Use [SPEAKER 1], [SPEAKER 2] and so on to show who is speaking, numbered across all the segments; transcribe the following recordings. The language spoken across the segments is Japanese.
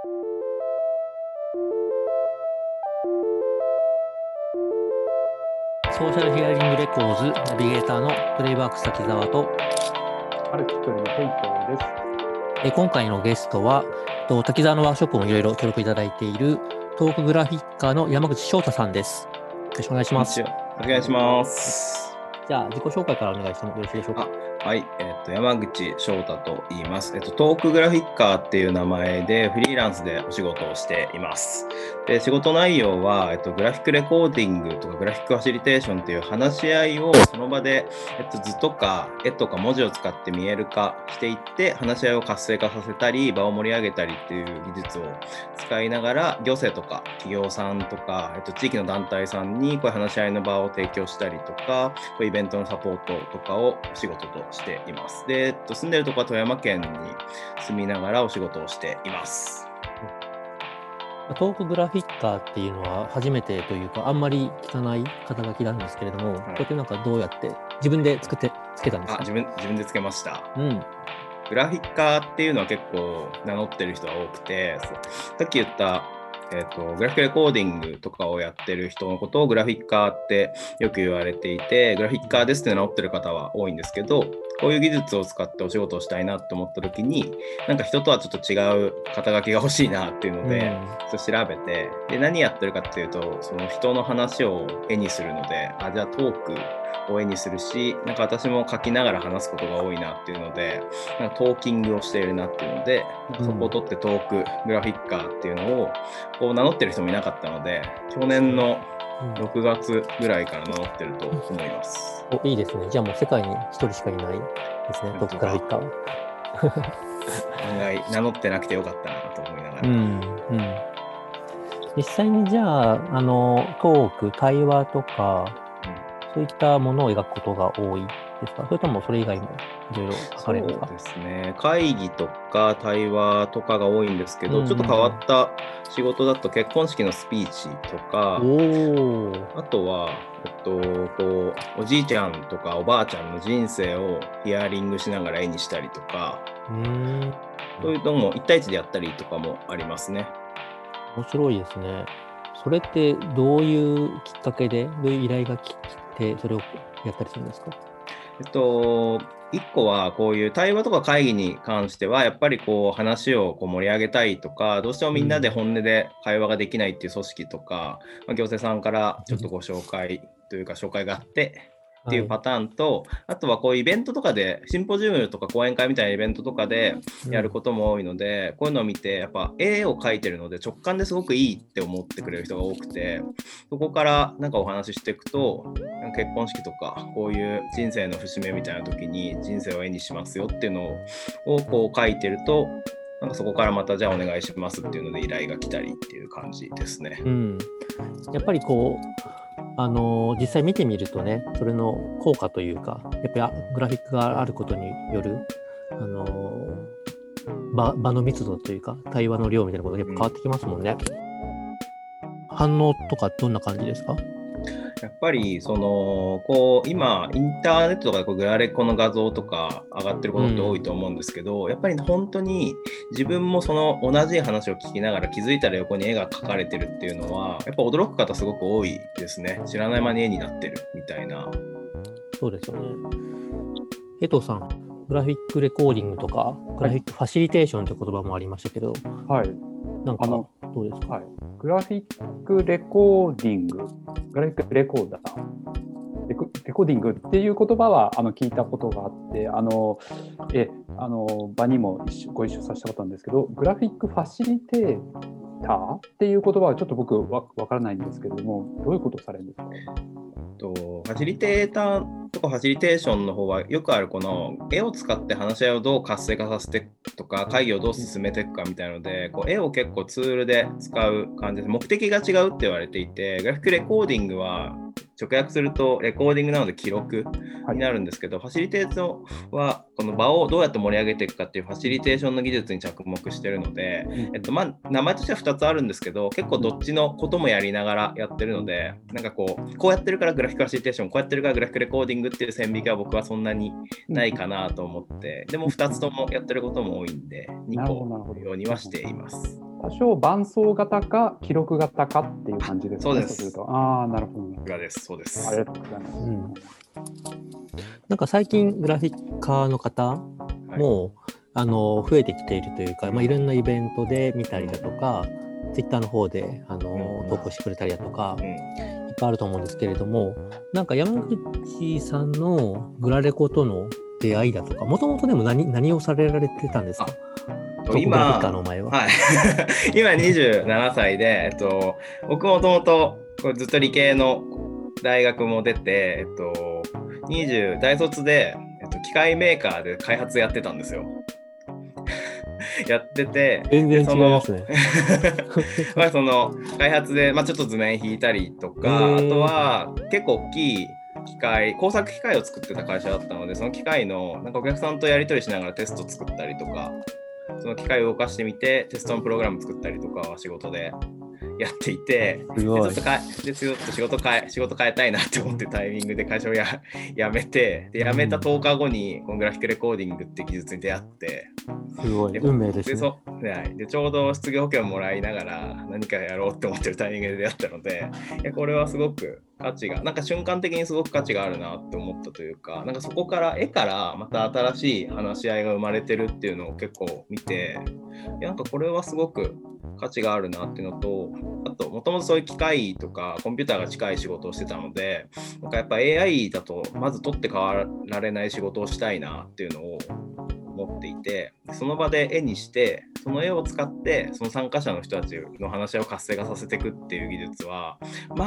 [SPEAKER 1] ソーシャルヒアリングレコーズナビゲーターのプレイワークス滝沢と
[SPEAKER 2] アルキットリのヘイトです。
[SPEAKER 1] 今回のゲストは滝沢のワークショップもいろいろ協力いただいているトークグラフィッカーの山口翔太さんです。よろしくお願いします。
[SPEAKER 3] お願いします。
[SPEAKER 1] じゃあ自己紹介からお願いしてもよろしいでしょうか。
[SPEAKER 3] はい、山口翔太と言います。トークグラフィッカーっていう名前でフリーランスでお仕事をしています。で、仕事内容は、グラフィックレコーディングとかグラフィックファシリテーションっていう話し合いをその場で、図とか絵とか文字を使って見える化していって話し合いを活性化させたり場を盛り上げたりっていう技術を使いながら行政とか企業さんとか、地域の団体さんにこういう話し合いの場を提供したりとかこういうイベントのサポートとかをお仕事としています。で、住んでるところは富山県に住みながらお仕事をしています。
[SPEAKER 1] トークグラフィッカーっていうのは初めてというかあんまり聞かない肩書きなんですけれども、こうやってなんかどうやって自分でつけたんですか？
[SPEAKER 3] 自分でつけました。グラフィッカーっていうのは結構名乗ってる人が多くて、さっき言ったグラフィックレコーディングとかをやってる人のことをグラフィッカーってよく言われていて、グラフィッカーですって名乗ってる方は多いんですけど、こういう技術を使ってお仕事をしたいなと思った時になんか人とはちょっと違う肩書きが欲しいなっていうので、調べて、で何やってるかっていうとその人の話を絵にするので、じゃあトークを絵にするし、なんか私も書きながら話すことが多いなっていうので、なんかトーキングをしているなっていうので、そこを取ってトークグラフィッカーっていうのをこう名乗ってる人もいなかったので、去年の6月ぐらいから名乗ってると思います。
[SPEAKER 1] いいですね。じゃあもう世界に1人しかいないですね、トークグラフィッカーは。
[SPEAKER 3] 案外名乗ってなくてよかったなと思いながら。
[SPEAKER 1] 実際にじゃあ、トーク、対話とか、そういったものを描くことが多いですか？それともそれ以外もいろいろ書かれるんですか？
[SPEAKER 3] そうですね。会議とか対話とかが多いんですけど、ちょっと変わった仕事だと結婚式のスピーチとか、あとは、こうおじいちゃんとかおばあちゃんの人生をヒアリングしながら絵にしたりとか、そういうのも1対1でやったりとかもありますね。
[SPEAKER 1] 面白いですね。それってどういうきっかけで、どういう依頼が来てそれをやったりするんですか？
[SPEAKER 3] 一個はこういう対話とか会議に関してはやっぱりこう話をこう盛り上げたいとか、どうしてもみんなで本音で会話ができないっていう組織とか、行政さんからちょっとご紹介というか紹介があってっていうパターンと、あとはこういうイベントとかでシンポジウムとか講演会みたいなイベントとかでやることも多いので、こういうのを見てやっぱ絵を描いてるので直感ですごくいいって思ってくれる人が多くて、そこからなんかお話ししていくと、結婚式とかこういう人生の節目みたいな時に人生を絵にしますよっていうのをこう書いてると、なんかそこからまたじゃあお願いしますっていうので依頼が来たりっていう感じですね。
[SPEAKER 1] やっぱりこう実際見てみるとね、それの効果というか、やっぱりグラフィックがあることによる場の密度というか対話の量みたいなことがやっぱ変わってきますもんね。反応とかどんな感じですか？
[SPEAKER 3] やっぱりこう今インターネットとかでこうグラレコの画像とか上がってることって多いと思うんですけど、やっぱり本当に自分もその同じ話を聞きながら気づいたら横に絵が描かれてるっていうのはやっぱ驚く方すごく多いですね。知らない間に絵になってるみたいな。
[SPEAKER 1] そうですよね。江藤さん、グラフィックレコーディングとかグラフィックファシリテーションって言葉もありましたけど、なんかどうですか？
[SPEAKER 2] グラフィックレコーディング、グラフィックレコーダー、レコーディングっていう言葉は聞いたことがあって、場にもご一緒させてもらったんですけど、グラフィックファシリテーターっていう言葉はちょっと僕わからないんですけれども、どういうことをされるんですか？
[SPEAKER 3] ファシリテーターとかファシリテーションの方はよくあるこの絵を使って話し合いをどう活性化させていくとか会議をどう進めていくかみたいなので、こう絵を結構ツールで使う感じで目的が違うって言われていて、グラフィックレコーディングは直訳するとレコーディングなので記録になるんですけど、ファシリテーションはこの場をどうやって盛り上げていくかっていうファシリテーションの技術に着目しているので、名前としては2つあるんですけど、結構どっちのこともやりながらやってるので、なんかこうやってるからグラフィックファシリテーション、こうやってるからグラフィックレコーディングっていう線引きは僕はそんなにないかなと思って、でも2つともやってることも多いんで2個ようにはしています。
[SPEAKER 2] 多少伴奏型か記録型かっていう感じですかね。
[SPEAKER 3] そうです。
[SPEAKER 2] そうすると、ああ、なるほど。
[SPEAKER 3] そうです。
[SPEAKER 2] ありがとうございます。
[SPEAKER 1] なんか最近グラフィッカーの方も、増えてきているというか、いろんなイベントで見たりだとか、ツイッターの方で投稿してくれたりだとか、いっぱいあると思うんですけれども、なんか山口さんのグラレコとの出会いだとか、もともとでも何をされられてたんですか？
[SPEAKER 3] 今、
[SPEAKER 1] グラフィッカーの前は。
[SPEAKER 3] はい、今27歳で、僕もともとずっと理系の大学も出て、大卒で、機械メーカーで開発やってたんですよ。やってて、
[SPEAKER 1] 全然違いますね。
[SPEAKER 3] まあその開発で、ちょっと図面引いたりとか、あとは結構大きい機械、工作機械を作ってた会社だったので、その機械のなんかお客さんとやり取りしながらテスト作ったりとか、その機械を動かしてみてテストのプログラム作ったりとかは仕事でやっていて、ちょっと仕事変えたいなって思ってタイミングで会社を辞めて、で辞めた10日後にこのグラフィックレコーディングって技術に出会って、
[SPEAKER 1] すごい運命です
[SPEAKER 3] ね。でちょうど失業保険をもらいながら何かやろうって思ってるタイミングで出会ったので、これはすごく価値が、なんか瞬間的にすごく価値があるなって思ったというか、なんかそこから絵からまた新しい話し合いが生まれてるっていうのを結構見て、なんかこれはすごく価値があるなっていうのと、あともともとそういう機械とかコンピューターが近い仕事をしてたので、なんかやっぱ AI だとまず取って代わられない仕事をしたいなっていうのを思っていて、その場で絵にしてその絵を使ってその参加者の人たちの話し合いを活性化させていくっていう技術は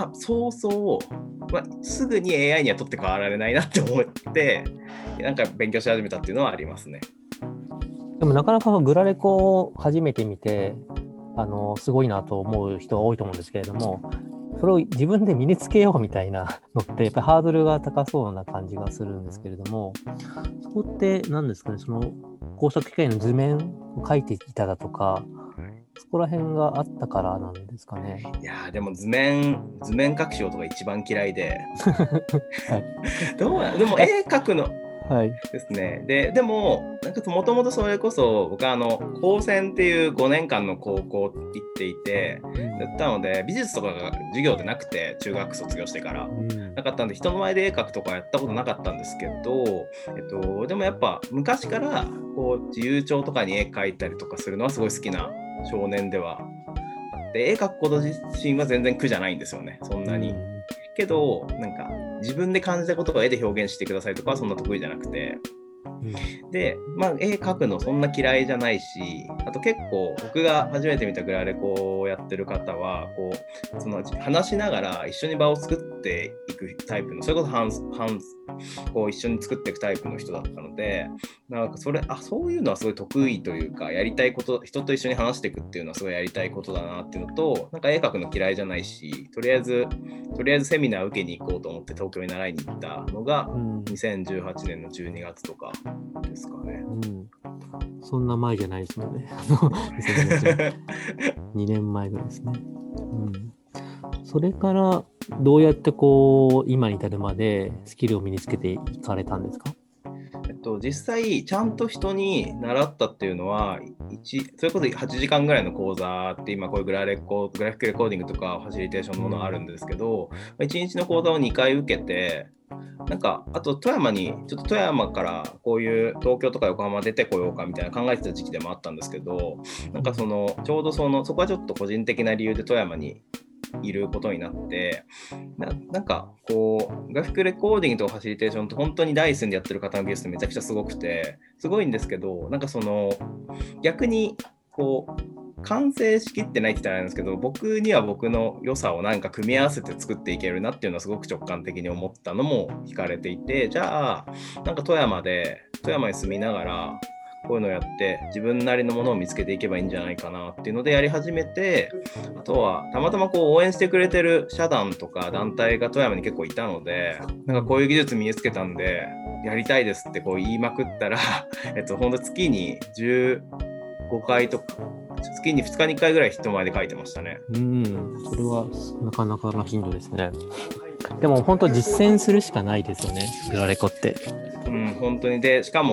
[SPEAKER 3] すぐに AI には取って代わられないなって思ってなんか勉強し始めたっていうのはありますね。
[SPEAKER 1] でもなかなかグラレコを初めて見てすごいなと思う人が多いと思うんですけれども、それを自分で身につけようみたいなのってやっぱりハードルが高そうな感じがするんですけれども、そこって何ですかね、その工作機械の図面を描いていただとか、そこら辺があったからなんですかね。
[SPEAKER 3] いやでも図面描く仕事が一番嫌いで、はい、でも絵描くのですね。でもなんかもともとそれこそ僕は高専っていう5年間の高校行っていて、だったので美術とかが授業でなくて、中学卒業してからなかったんで人の前で絵描くとかやったことなかったんですけど、でもやっぱ昔からこう自由帳とかに絵描いたりとかするのはすごい好きな少年ではあって、絵描くこと自身は全然苦じゃないんですよね、そんなに。けどなんか自分で感じたことを絵で表現してくださいとかはそんな得意じゃなくて、で絵描くのそんな嫌いじゃないし、あと結構僕が初めて見たグラレコをやってる方はこうその話しながら一緒に場を作っていくタイプの、それこそこう一緒に作っていくタイプの人だったので、なんかそういうのはすごい得意というか、やりたいこと、人と一緒に話していくっていうのはすごいやりたいことだなっていうのと、なんか絵描くの嫌いじゃないし、とりあえずセミナー受けに行こうと思って東京に習いに行ったのが2018年の12月とかですかね。
[SPEAKER 1] そんな前じゃないですもんね。2年前ぐらいですね。それからどうやって今に至るまでスキルを身につけていかれたんですか？
[SPEAKER 3] 実際ちゃんと人に習ったっていうのはそれこそ8時間ぐらいの講座って今こういうグラフィックレコーディングとかファシリテーションのものあるんですけど、1日の講座を2回受けて、なんかあと富山からこういう東京とか横浜出てこようかみたいな考えてた時期でもあったんですけど、なんかちょうどそこはちょっと個人的な理由で富山にいることになって、なんかこうグラフィックレコーディングとファシリテーションって本当に第一線でやってる方の技術ってめちゃくちゃすごくてすごいんですけど、なんか逆にこう完成しきってないって言ったらあれなんですけど、僕には僕の良さをなんか組み合わせて作っていけるなっていうのはすごく直感的に思ったのも惹かれていて、じゃあなんか富山に住みながらこういうのをやって自分なりのものを見つけていけばいいんじゃないかなっていうのでやり始めて、あとはたまたまこう応援してくれてる社団とか団体が富山に結構いたので、なんかこういう技術身につけたんでやりたいですってこう言いまくったらほんと月に15回とか月に2日に1回ぐらい人前で書いてましたね。
[SPEAKER 1] それはなかなかな頻度ですね。でも本当実践するしかないですよね、グラレコって。
[SPEAKER 3] 本当に。でしかも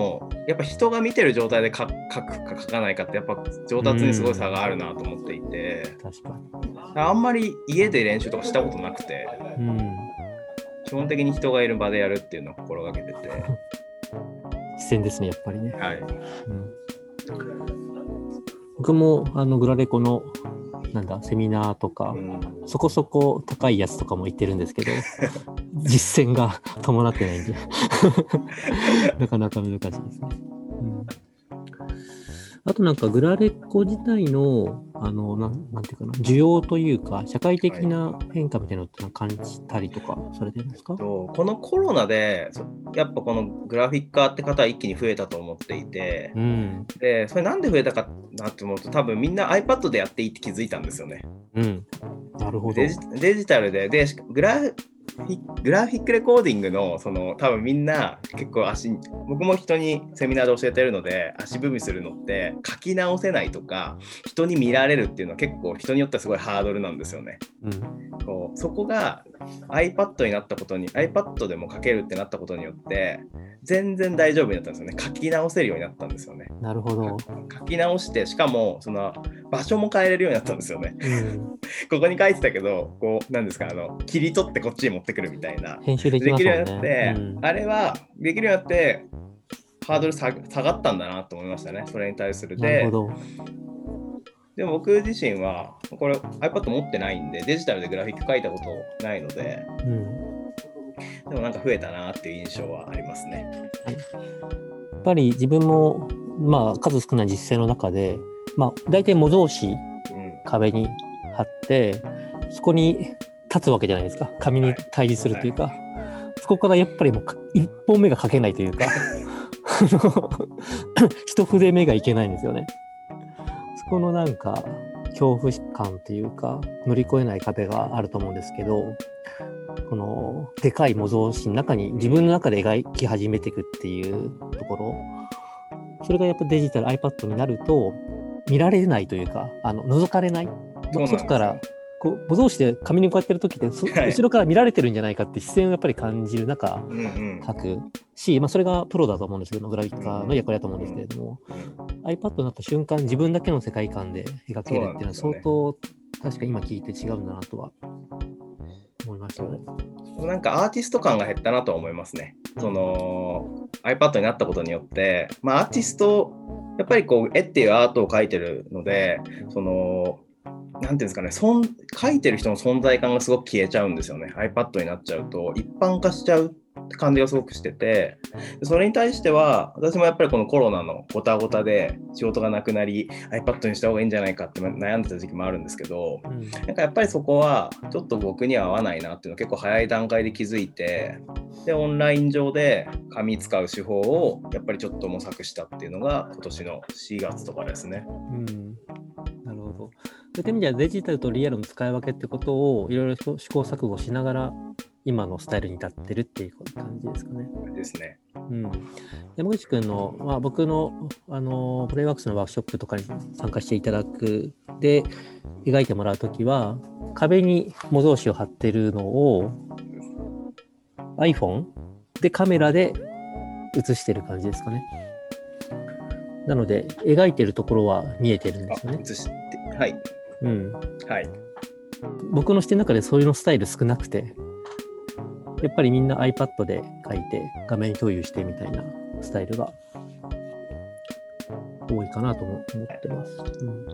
[SPEAKER 3] やっぱ人が見てる状態で書くか書かないかってやっぱ上達にすごい差があるなと思っていて、
[SPEAKER 1] 確か
[SPEAKER 3] あんまり家で練習とかしたことなくて、
[SPEAKER 1] に。
[SPEAKER 3] 基本的に人がいる場でやるっていうのを心がけてて、
[SPEAKER 1] 実践ですね、やっぱりね。
[SPEAKER 3] はい。
[SPEAKER 1] 僕もグラレコのセミナーとか、そこそこ高いやつとかも行ってるんですけど、実践が伴ってないんで、なかなか難しいですね。あとグラレコ自体の、なんていうかな、需要というか、社会的な変化みたいなのって感じたりとかされてるんですか？
[SPEAKER 3] このコロナで、やっぱこのグラフィッカーって方は一気に増えたと思っていて、で、それなんで増えたかなって思うと、多分みんな iPad でやっていいって気づいたんですよね。
[SPEAKER 1] なるほど。
[SPEAKER 3] デジタルで、グラフィックレコーディングの多分みんな結構僕も人にセミナーで教えてるので、足踏みするのって書き直せないとか人に見られるっていうのは結構人によってはすごいハードルなんですよね。そこが iPad になったことに iPad でも書けるってなったことによって全然大丈夫になったんですよね。書き直せるようになったんですよね。
[SPEAKER 1] なるほど。
[SPEAKER 3] 書き直して、しかも場所も変えれるようになったんですよね。ここに書いてたけど、何ですか、切り取ってこっちに持ってくるみたいな。
[SPEAKER 1] 編集できますもんね。
[SPEAKER 3] できるようになって、あれはできるようになって、ハードル下がったんだなと思いましたね。それに対する。
[SPEAKER 1] なるほど。
[SPEAKER 3] でも僕自身は、これ iPad 持ってないんで、デジタルでグラフィック書いたことないので、でも増えたなっていう印象はありますね。
[SPEAKER 1] やっぱり自分も、数少ない実践の中で、大体模造紙、壁に貼って、そこに立つわけじゃないですか。紙に対峙するというか、そこからやっぱりもう一本目が書けないというか、一筆目がいけないんですよね。そこの恐怖感というか、乗り越えない壁があると思うんですけど、このでかい模造紙の中に自分の中で描き始めていくっていうところ、それがやっぱデジタル iPad になると見られないというか、覗かれない。外から模造紙で紙にこうやってる時って後ろから見られてるんじゃないかって視線をやっぱり感じる中、書くし、それがプロだと思うんですけど、グラフィッカーの役割だと思うんですけれども、iPad になった瞬間自分だけの世界観で描けるっていうのは相当確か今聞いて違うんだなとは思いましたね。
[SPEAKER 3] アーティスト感が減ったなとは思いますね。iPad になったことによって、アーティストやっぱり絵っていうアートを描いてるので、なんていうんですかね、書いてる人の存在感がすごく消えちゃうんですよね。iPad になっちゃうと一般化しちゃう感じがすごくしてて、それに対しては私もやっぱりこのコロナのごたごたで仕事がなくなり iPad にした方がいいんじゃないかって悩んでた時期もあるんですけど、やっぱりそこはちょっと僕には合わないなっていうのを結構早い段階で気づいて、でオンライン上で紙使う手法をやっぱりちょっと模索したっていうのが今年の4月とかですね。
[SPEAKER 1] なるほど。そういった意味ではデジタルとリアルの使い分けってことをいろいろ試行錯誤しながら今のスタイルに至ってるっていう感じですかね。
[SPEAKER 3] ですね。
[SPEAKER 1] 山口くんの、僕の、プレイワークスのワークショップとかに参加していただくで描いてもらうときは壁に模造紙を貼ってるのを iPhone でカメラで写してる感じですかね。なので描いてるところは見えてるんですよね。
[SPEAKER 3] 写してはい。はい。
[SPEAKER 1] 僕の視点の中でそういうのスタイル少なくて、やっぱりみんな iPad で描いて画面共有してみたいなスタイルが多いかなと思ってます。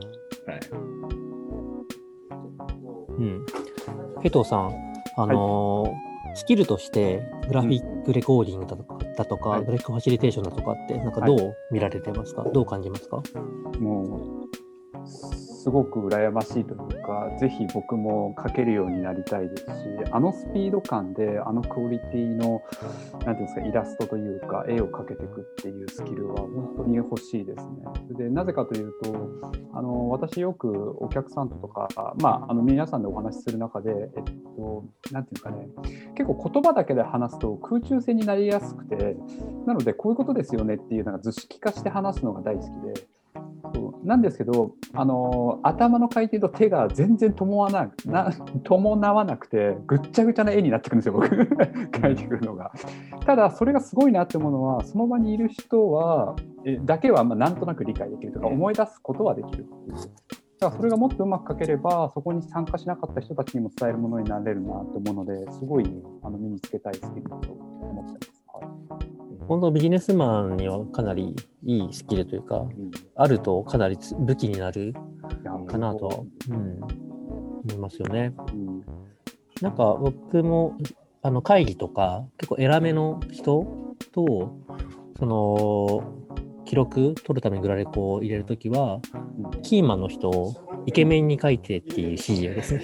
[SPEAKER 1] ヘトさん、スキルとしてグラフィックレコーディングだとか、グラフィックファシリテーションだとかってどう見られてますか？どう感じますか？
[SPEAKER 2] もうすごく羨ましいというか、ぜひ僕も書けるようになりたいですし、スピード感でクオリティのなんていうんですか、イラストというか絵を描けていくっていうスキルは本当に欲しいですね。でなぜかというと、私よくお客さんとか、皆さんでお話しする中で、なんていうかね、結構言葉だけで話すと空中戦になりやすくて、なのでこういうことですよねっていう図式化して話すのが大好きで。 なんですけど、頭の回転と手が全然伴わなくて、ぐっちゃぐちゃな絵になってくるんですよ、僕描いてくるのが。ただそれがすごいなって思うのは、その場にいる人だけはなんとなく理解できるとか思い出すことはできる。だからそれがもっとうまく描ければ、そこに参加しなかった人たちにも伝えるものになれるなと思うので、すごい身につけたいスキルだと思ってます。
[SPEAKER 1] 本当ビジネスマンにはかなりいいスキルというか、あるとかなり武器になるかなとは、思いますよね。なんか僕も会議とか結構偉めの人とその記録取るためにグラレコを入れるときは、キーマンの人をイケメンに書いてっていう指示をですね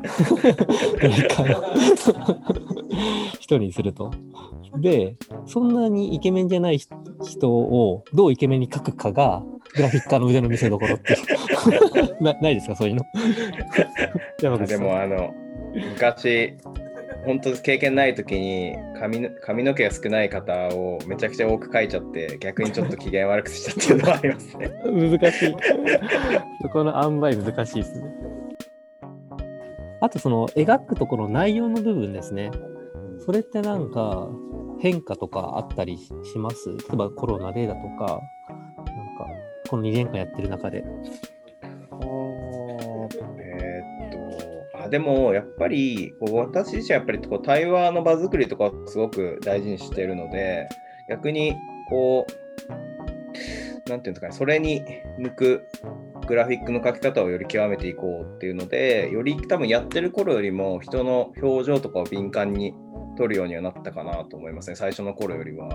[SPEAKER 1] 人にすると。で、そんなにイケメンじゃない人をどうイケメンに書くかがグラフィッカーの腕の見せ所ってないですか、そういうの。
[SPEAKER 3] でも昔本当経験ない時に髪の毛が少ない方をめちゃくちゃ多く描いちゃって逆にちょっと機嫌悪くしちゃっていうのはありますね。
[SPEAKER 1] 難しい。そこの塩梅難しいですね。あとその描くところ内容の部分ですね。それってなんか変化とかあったりします？例えばコロナでだとか、なんかこの2年間やってる中で。
[SPEAKER 3] でもやっぱり私自身はやっぱり対話の場作りとかをすごく大事にしているので、逆になんていうんですかね、それに向くグラフィックの描き方をより極めていこうっていうので、より多分やってる頃よりも人の表情とかを敏感に撮るようにはなったかなと思いますね、最初の頃よりは。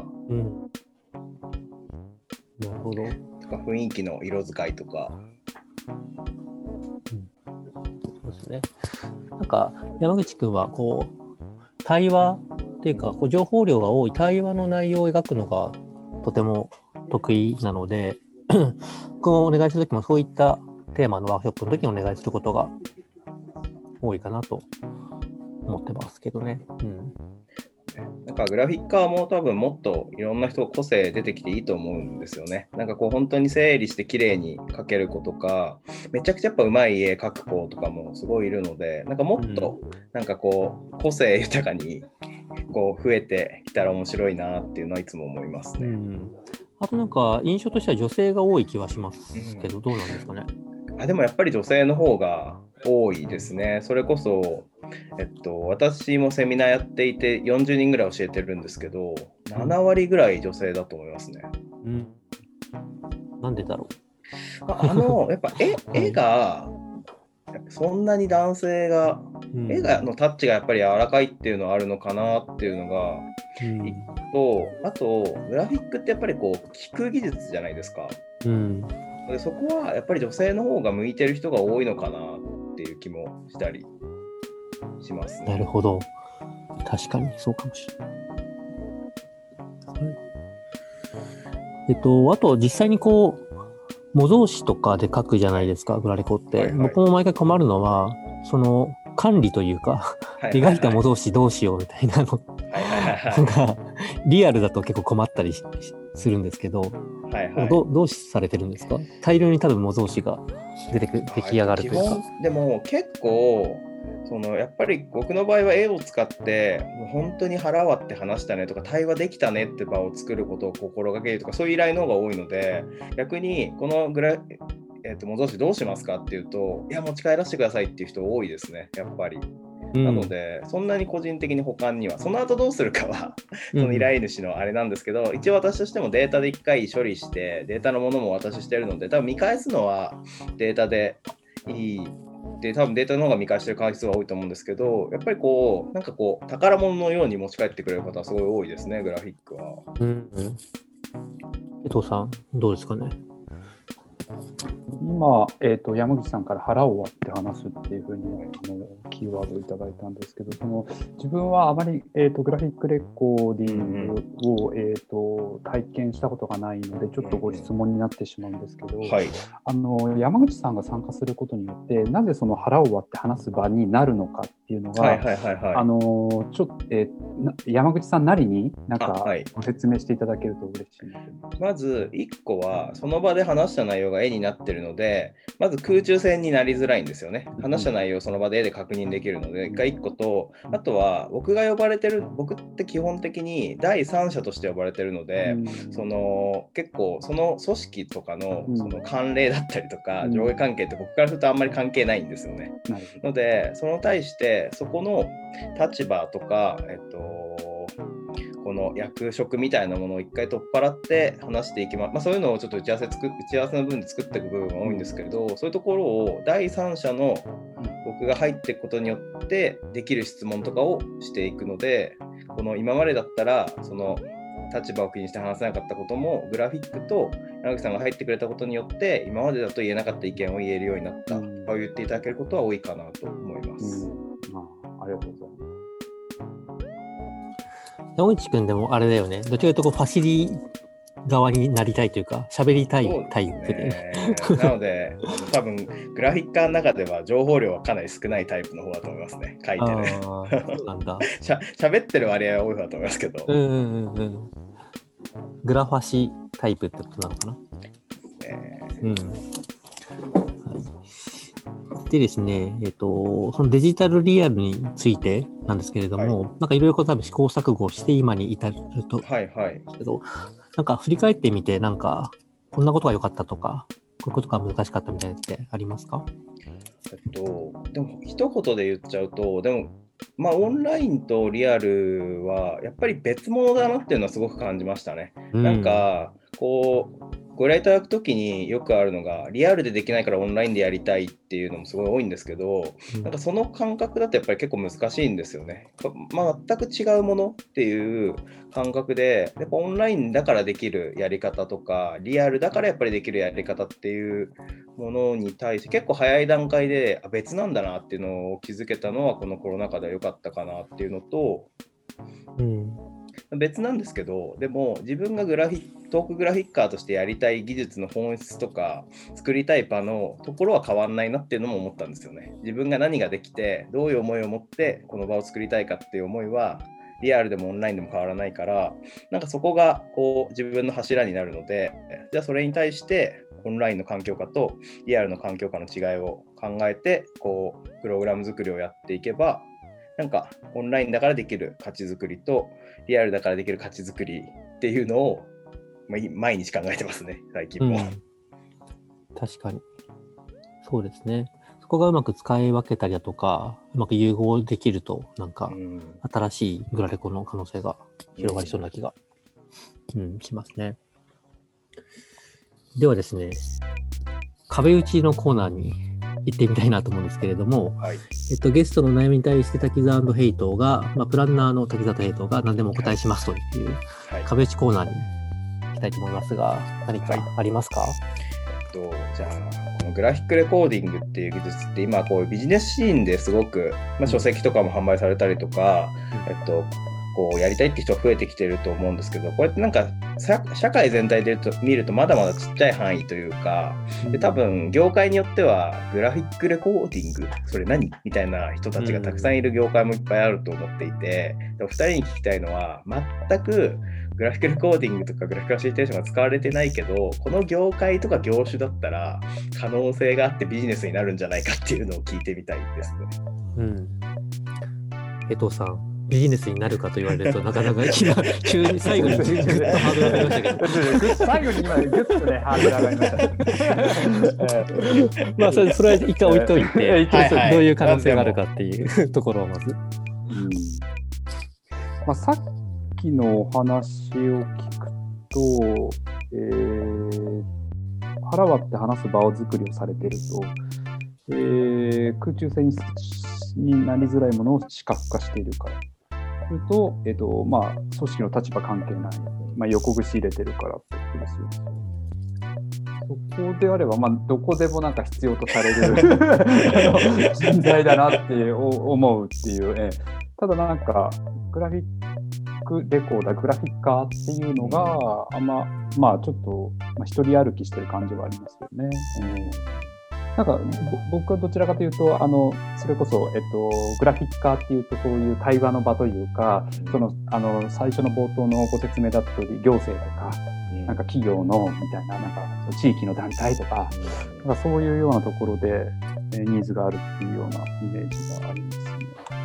[SPEAKER 1] なるほど。
[SPEAKER 3] とか雰囲気の色使いとか。
[SPEAKER 1] そうですね。なんか山口くんは対話っていうか情報量が多い対話の内容を描くのがとても得意なので僕をお願いするときもそういったテーマのワークショップの時にお願いすることが多いかなと思ってますけどね。
[SPEAKER 3] なんかグラフィッカーも多分もっといろんな人個性出てきていいと思うんですよね。なんか本当に整理して綺麗に描ける子とか、めちゃくちゃやっぱうまい絵描く子とかもすごいいるので、なんかもっとなんか個性豊かに増えてきたら面白いなっていうのはいつも思いますね。
[SPEAKER 1] あとなんか印象としては女性が多い気はしますけど、どうなんですかね。
[SPEAKER 3] でもやっぱり女性の方が多いですね。それこそ私もセミナーやっていて40人ぐらい教えてるんですけど、7割ぐらい女性だと思いますね。
[SPEAKER 1] なんでだろ
[SPEAKER 3] う。やっぱ絵がそんなに男性が、絵のタッチがやっぱり柔らかいっていうのはあるのかなっていうのが一個と、あとグラフィックってやっぱり聞く技術じゃないですか。でそこはやっぱり女性の方が向いてる人が多いのかなっていう気もしたりしますね。
[SPEAKER 1] なるほど。確かにそうかもしれない。あと実際に模造紙とかで書くじゃないですか、グラレコって。僕も毎回困るのは、その管理というか、描いた模造紙どうしようみたいなのがリアルだと結構困ったりするんですけど、どうされてるんですか？大量に多分模造紙が出来上がるというか。
[SPEAKER 3] でも結構やっぱり僕の場合は絵を使ってもう本当に腹割って話したねとか対話できたねって場を作ることを心がけるとか、そういう依頼の方が多いので、逆にこの模造紙どうしますかっていうと、いや持ち帰らせてくださいっていう人多いですね、やっぱり。なのでそんなに個人的に保管には、その後どうするかはその依頼主のあれなんですけど、一応私としてもデータで1回処理してデータのものも私してるので、多分見返すのはデータでいいで、多分データの方が見返してる回数は多いと思うんですけど、やっぱりなんか宝物のように持ち帰ってくれる方はすごい多いですね、グラフィックは。
[SPEAKER 1] 江藤さんどうですかね。
[SPEAKER 2] 今、山口さんから腹を割って話すっていうふうにキーワードをいただいたんですけど、自分はあまり、グラフィックレコーディングを、体験したことがないのでちょっとご質問になってしまうんですけど、山口さんが参加することによってなぜその腹を割って話す場になるのかっっていうのが、山口さんなりになんかご説明していただけると嬉しいなと。
[SPEAKER 3] まず1個はその場で話した内容が絵になってるので、まず空中戦になりづらいんですよね。話した内容をその場で絵で確認できるのでが1個と、あとは僕って基本的に第三者として呼ばれてるので、結構その組織とかのその慣例だったりとか上下関係って僕からするとあんまり関係ないんですよね。のでその対してそこの立場とか、この役職みたいなものを一回取っ払って話していきます。そういうのをちょっと打ち合わせの部分で作っていく部分が多いんですけれど、そういうところを第三者の僕が入っていくことによってできる質問とかをしていくので、この今までだったらその立場を気にして話せなかったこともグラフィックと柳さんが入ってくれたことによって今までだと言えなかった意見を言えるようになったと言っていただけることは多いかなと思います。
[SPEAKER 2] ありがとうございます。
[SPEAKER 1] 山口くんでもあれだよね、どちらかというとファシリ側になりたいというか喋りたいタイプで、
[SPEAKER 3] なので多分グラフィッカーの中では情報量はかなり少ないタイプの方だと思いますね。書いてる
[SPEAKER 1] そうなんだ
[SPEAKER 3] 喋ってる割合は多い方だと思いますけど、
[SPEAKER 1] グラファシタイプってことなのかな。でですね、そのデジタルリアルについてなんですけれども、なんかいろいろ多分試行錯誤して今に至ると、なんか振り返ってみて、なんかこんなことが良かったとか、こういうことが難しかったみたいなのってありますか？
[SPEAKER 3] でも一言で言っちゃうと、でもオンラインとリアルはやっぱり別物だなっていうのはすごく感じましたね。なんかこうご依頼いただくときによくあるのがリアルでできないからオンラインでやりたいっていうのもすごい多いんですけど、なんかその感覚だとやっぱり結構難しいんですよね。全く違うものっていう感覚で、やっぱオンラインだからできるやり方とかリアルだからやっぱりできるやり方っていうものに対して結構早い段階で別なんだなっていうのを気づけたのはこのコロナ禍で良かったかなっていうのと、別なんですけど、でも自分がトークグラフィッカーとしてやりたい技術の本質とか作りたい場のところは変わんないなっていうのも思ったんですよね。自分が何ができてどういう思いを持ってこの場を作りたいかっていう思いはリアルでもオンラインでも変わらないから、なんかそこがこう自分の柱になるので、じゃあそれに対してオンラインの環境下とリアルの環境下の違いを考えてこうプログラム作りをやっていけば、なんかオンラインだからできる価値作りとリアルだからできる価値作りっていうのを、毎日考えてますね、最近も。
[SPEAKER 1] 確かにそうですね。そこがうまく使い分けたりだとか、うまく融合できると、なんか新しいグラレコの可能性が広がりそうな気が、しますね。ではですね、壁打ちのコーナーに行ってみたいなと思うんですけれども、ゲストの悩みに対して滝沢&ヘイトが、プランナーの滝沢とヘイトが何でもお答えしますという、壁打ちコーナーに行きたいと思いますが、何かありますか？
[SPEAKER 3] じゃあこのグラフィックレコーディングっていう技術って今こういうビジネスシーンですごく、書籍とかも販売されたりとか、こうやりたいって人が増えてきてると思うんですけど、これってなんか社会全体で見るとまだまだちっちゃい範囲というか、で多分業界によってはグラフィックレコーディングそれ何みたいな人たちがたくさんいる業界もいっぱいあると思っていて、2人に聞きたいのは、全くグラフィックレコーディングとかグラフィックアシステーションが使われてないけど、この業界とか業種だったら可能性があってビジネスになるんじゃないかっていうのを聞いてみたいですね。
[SPEAKER 1] 江藤さん、ビジネスになるかと言われるとなかなか急に最後にグッとハードル上がりましたけど
[SPEAKER 2] 最後に今グッとねハードル上がりました
[SPEAKER 1] それは一回置いといて、どういう可能性があるかっていうところをまず、
[SPEAKER 2] さっきのお話を聞くと、腹割って話す場を作りをされていると、空中戦になりづらいものを視覚化しているからすると、組織の立場関係ない、横串入れてるからってことですよ。そこであれば、どこでもなんか必要とされる人材だなって思うっていう、ただなんかグラフィックレコーダー、グラフィッカーっていうのがちょっと、一人歩きしてる感じはありますよね。 なんか僕はどちらかというとそれこそ、グラフィッカーっていうとそういう対話の場というか、最初の冒頭のご説明だった通り行政とか、なんか企業のみたいな、なんか地域の団体とか、なんかそういうようなところでニーズがあるっていうようなイメージがありますね。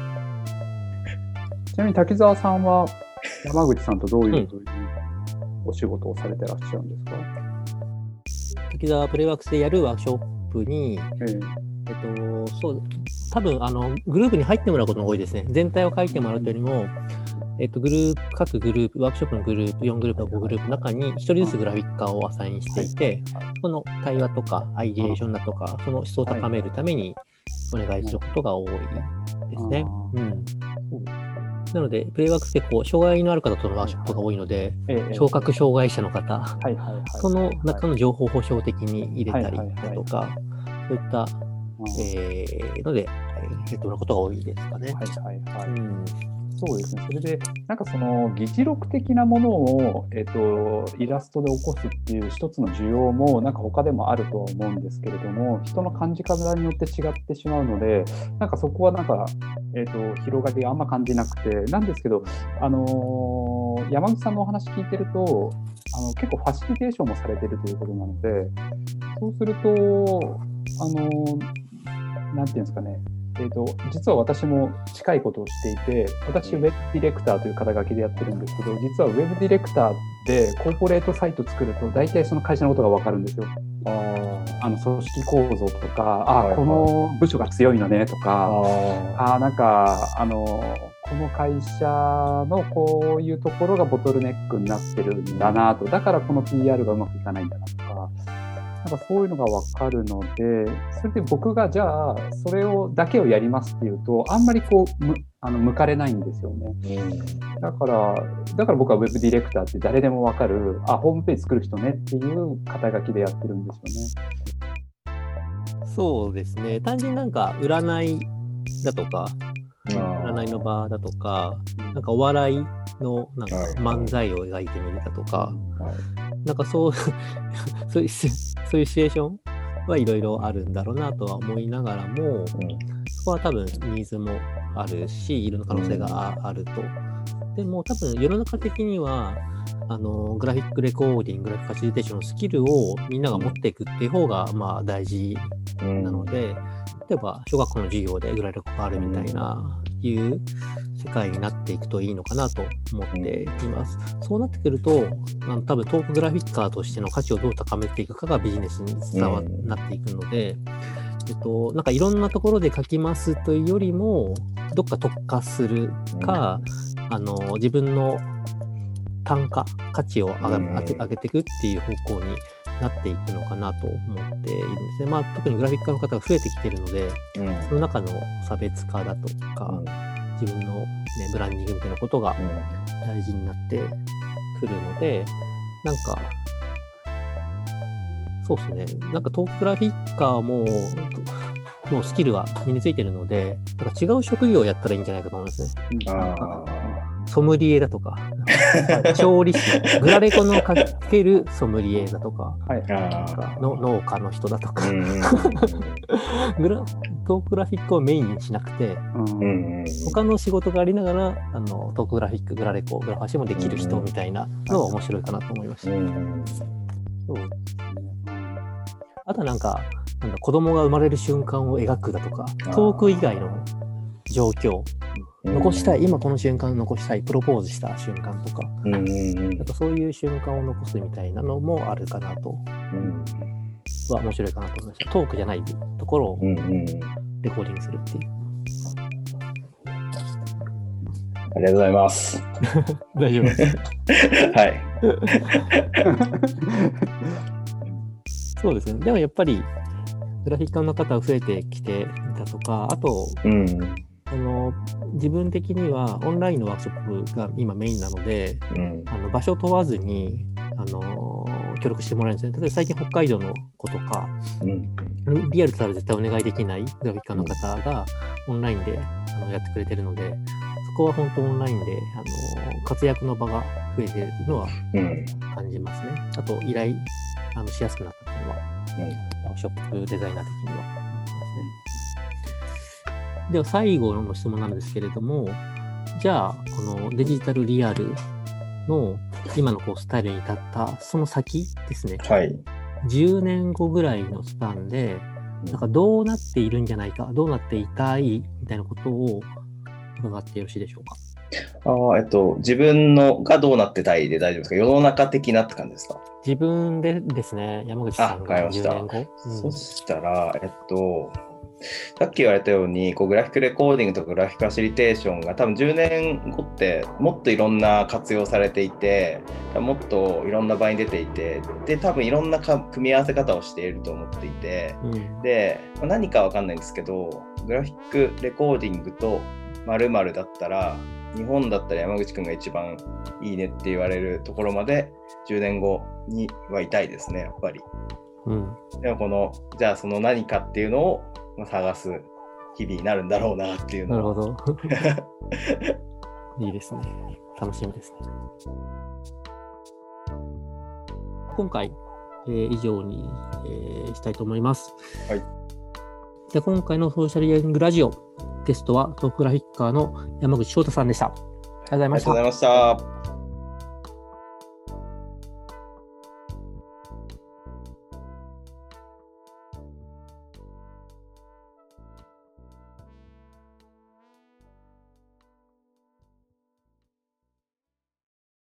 [SPEAKER 2] ちなみに滝沢さんは山口さんとどういうお仕事をされてらっしゃるんですか？
[SPEAKER 1] 滝沢プレイワークスでやるワークショップに、そう多分グループに入ってもらうことが多いですね。全体を書いてもらうというよりも、各グループ、ワークショップのグループ、4グループか5グループの中に1人ずつグラフィッカーをアサインしていて、その対話とかアイディエーションだとか、その思想を高めるためにお願いすることが多いですね。なので、プレイワークスで障害のある方とのワークショップが多いので、聴覚障害者の方、その中の情報保障的に入れたりだとか、そういったので、のことが多いですかね。
[SPEAKER 2] そうですね。それでなんかその議事録的なものを、イラストで起こすっていう一つの需要もなんか他でもあるとは思うんですけれども、人の感じ方によって違ってしまうので、なんかそこはなんか、広がりあんま感じなくて、なんですけど、山口さんのお話聞いてると結構ファシリテーションもされてるということなので、そうするとなんていうんですかね。実は私も近いことをしていて、私ウェブディレクターという肩書きでやってるんですけど、実はウェブディレクターでコーポレートサイト作ると大体その会社のことが分かるんですよ。組織構造とか、この部署が強いのねとか、なんかこの会社のこういうところがボトルネックになってるんだなと、だからこの PR がうまくいかないんだなとか、なんかそういうのが分かるので、それで僕がじゃあそれだけをやりますっていうと、あんまり向かれないんですよね。だから僕はウェブディレクターって誰でも分かる、ホームページ作る人ねっていう肩書きでやってるんですよね。
[SPEAKER 1] そうですね。単純になんか占いだとか、占いの場だとか、なんかお笑いのなんか漫才を描いてみるだとか、なんかそういうシチュエーションはいろいろあるんだろうなとは思いながらも、そこは多分ニーズもあるし、いろんな可能性があると。でも多分世の中的にはグラフィックレコーディング、グラフィックファシリテーションのスキルをみんなが持っていくっていう方が大事なので、例えば小学校の授業でグラレコがあるみたいないう世界になっていくといいのかなと思っています。そうなってくると多分トークグラフィッカーとしての価値をどう高めていくかがビジネスになっていくので、なんかいろんなところで書きますというよりもどっか特化するか、自分の単価、価値を上げていくっていう方向になっていくのかなと思っているんですね。特にグラフィッカーの方が増えてきているので、その中の差別化だとか、自分の、ブランディングみたいなことが大事になってくるので、なんかそうですね。なんかトークグラフィッカーもうスキルは身についているので、なんか違う職業をやったらいいんじゃないかと思いますね。ソムリエだとか、調理師、グラレコのかけるソムリエだとか、農家の人だとか、トークグラフィックをメインにしなくて、他の仕事がありながらトークグラフィック、グラレコ、グラファシもできる人みたいなのが面白いかなと思いました。あとはなんか子供が生まれる瞬間を描くだとか、トーク以外の状況、残したい、今この瞬間残したい、プロポーズした瞬間とか、なんかそういう瞬間を残すみたいなのもあるかなと、は面白いかなと思いました。トークじゃないところをレコーディングするっていう。
[SPEAKER 4] ありがとうございます。
[SPEAKER 1] 大丈夫です。
[SPEAKER 4] はい。
[SPEAKER 1] そうですね。でもやっぱりグラフィッカーの方が増えてきていたとか、あと、自分的にはオンラインのワークショップが今メインなので、場所問わずに協力してもらえるんですね。例えば最近北海道の子とか、リアルだったら絶対お願いできないグラフィッカーの方がオンラインでやってくれてるので、そこは本当オンラインで活躍の場が増えているのは感じますね。あと依頼しやすくなったっていうのはショップデザイナー的には。では最後の質問なんですけれども、じゃあこのデジタルリアルの今のこうスタイルに至ったその先ですね、
[SPEAKER 4] はい。
[SPEAKER 1] 10年後ぐらいのスパンでなんかどうなっているんじゃないか、どうなっていたいみたいなことを伺ってよろしいでしょうか。
[SPEAKER 4] 自分のがどうなってたいで大丈夫ですか？世の中的なって感じですか？
[SPEAKER 1] 自分でですね、山口さんが10年後。
[SPEAKER 4] そしたら、さっき言われたようにグラフィックレコーディングとかグラフィックファシリテーションが多分10年後ってもっといろんな活用されていて、もっといろんな場に出ていて、で多分いろんな組み合わせ方をしていると思っていて、で何かわかんないんですけど、グラフィックレコーディングと〇〇だったら、日本だったら山口くんが一番いいねって言われるところまで10年後にはいたいですね、やっぱり。でもじゃあその何かっていうのを探す日々になるんだろうなっていうの。
[SPEAKER 1] なるほど。いいですね。楽しみですね。今回、以上に、したいと思います。
[SPEAKER 4] はい。
[SPEAKER 1] で今回のソーシャルイヤリングラジオ、ゲストはトークグラフィッカーの山口翔太さんでした。ありがとうございました。
[SPEAKER 4] ありがとうございました。